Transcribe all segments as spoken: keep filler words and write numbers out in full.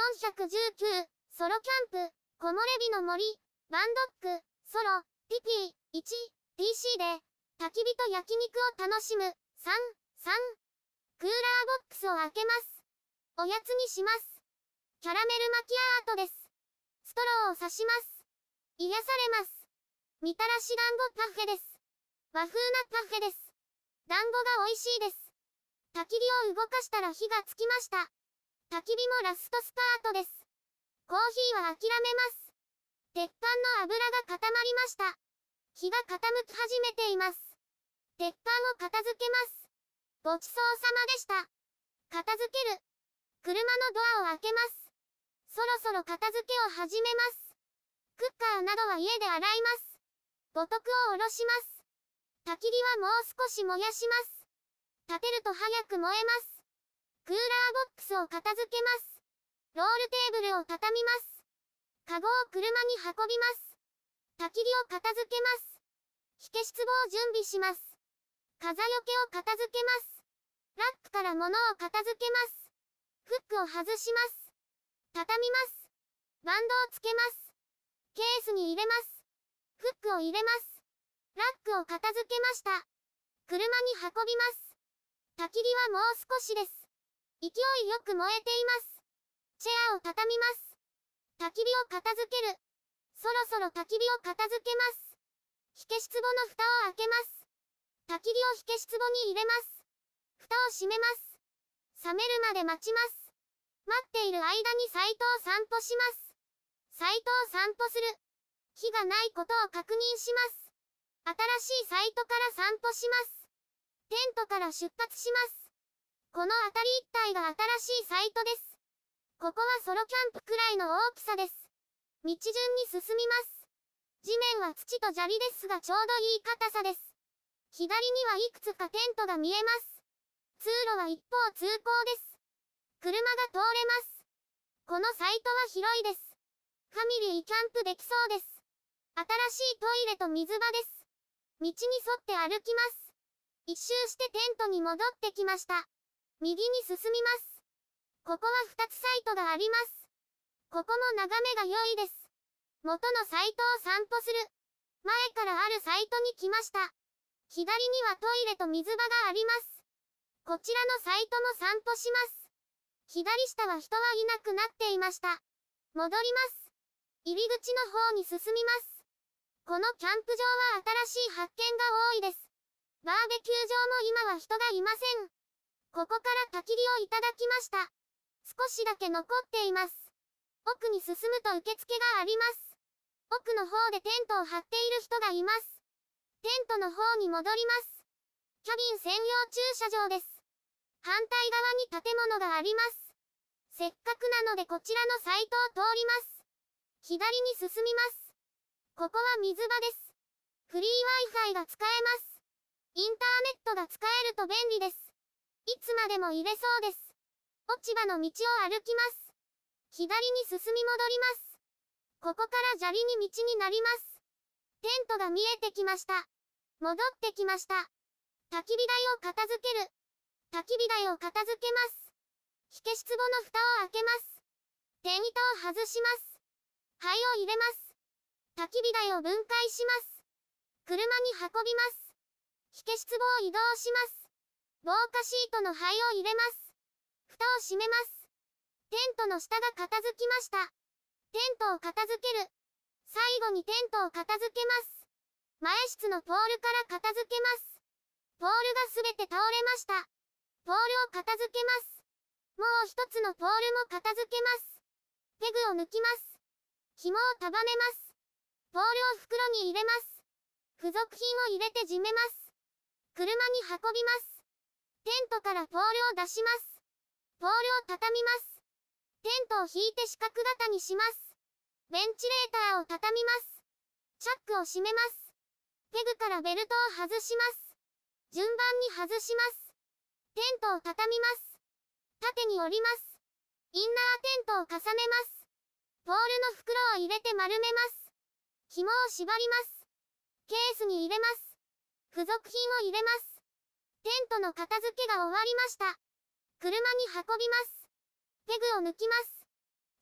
んひゃくじゅうきゅう、ソロキャンプ、木漏れ日の森、ワンドッグ、ソロ、ピピー、いち、ディーシー で、焚き火と焼肉を楽しむ、さん、さん、クーラーボックスを開けます。おやつにします。キャラメルマキアートです。ストローを刺します。癒されます。みたらし団子パフェです。和風なパフェです。団子が美味しいです。焚き火を動かしたら火がつきました。焚き火もラストスパートです。コーヒーは諦めます。鉄板の油が固まりました。火が傾き始めています。鉄板を片付けます。ごちそうさまでした。片付ける。車のドアを開けます。そろそろ片付けを始めます。クッカーなどは家で洗います。五徳を下ろします。焚き火はもう少し燃やします。立てると早く燃えます。クーラーボックスを片付けます。ロールテーブルを畳みます。カゴを車に運びます。焚き火を片付けます。火消し壺を準備します。風よけを片付けます。ラックから物を片付けます。フックを外します。畳みます。バンドをつけます。ケースに入れます。フックを入れます。ラックを片付けました。車に運びます。焚き火はもう少しです。勢いよく燃えています。チェアを畳みます。焚き火を片付ける。そろそろ焚き火を片付けます。火消し壺の蓋を開けます。焚き火を火消し壺に入れます。蓋を閉めます。冷めるまで待ちます。待っている間にサイトを散歩します。サイトを散歩する。火がないことを確認します。新しいサイトから散歩します。テントから出発します。この辺り一帯が新しいサイトです。ここはソロキャンプくらいの大きさです。道順に進みます。地面は土と砂利ですがちょうどいい硬さです。左にはいくつかテントが見えます。通路は一方通行です。車が通れます。このサイトは広いです。ファミリーキャンプできそうです。新しいトイレと水場です。道に沿って歩きます。一周してテントに戻ってきました。右に進みます。ここはふたつサイトがあります。ここも眺めが良いです。元のサイトを散歩する。前からあるサイトに来ました。左にはトイレと水場があります。こちらのサイトも散歩します。左下は人はいなくなっていました。戻ります。入り口の方に進みます。このキャンプ場は新しい発見が多いです。バーベキュー場も今は人がいません。ここから焚き火をいただきました。少しだけ残っています。奥に進むと受付があります。奥の方でテントを張っている人がいます。テントの方に戻ります。キャビン専用駐車場です。反対側に建物があります。せっかくなのでこちらのサイトを通ります。左に進みます。ここは水場です。フリー Wi-Fi が使えます。インターネットが使えると便利です。いつまでも入れそうです。落ち葉の道を歩きます。左に進み戻ります。ここから砂利に道になります。テントが見えてきました。戻ってきました。焚き火台を片付ける。焚き火台を片付けます。火消し壺の蓋を開けます。天糸を外します。灰を入れます。焚き火台を分解します。車に運びます。火消し壺を移動します。防火シートの灰を入れます。蓋を閉めます。テントの下が片付きました。テントを片付ける。最後にテントを片付けます。前室のポールから片付けます。ポールがすべて倒れました。ポールを片付けます。もう一つのポールも片付けます。ペグを抜きます。紐を束ねます。ポールを袋に入れます。付属品を入れて締めます。車に運びます。テントからポールを出します。ポールを畳みます。テントを引いて四角型にします。ベンチレーターを畳みます。チャックを閉めます。ペグからベルトを外します。順番に外します。テントを畳みます。縦に折ります。インナーテントを重ねます。ポールの袋を入れて丸めます。紐を縛ります。ケースに入れます。付属品を入れます。テントの片付けが終わりました。車に運びます。ペグを抜きます。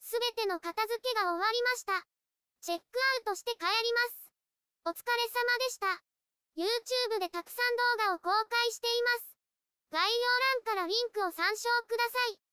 すべての片付けが終わりました。チェックアウトして帰ります。お疲れ様でした。YouTube でたくさん動画を公開しています。概要欄からリンクを参照ください。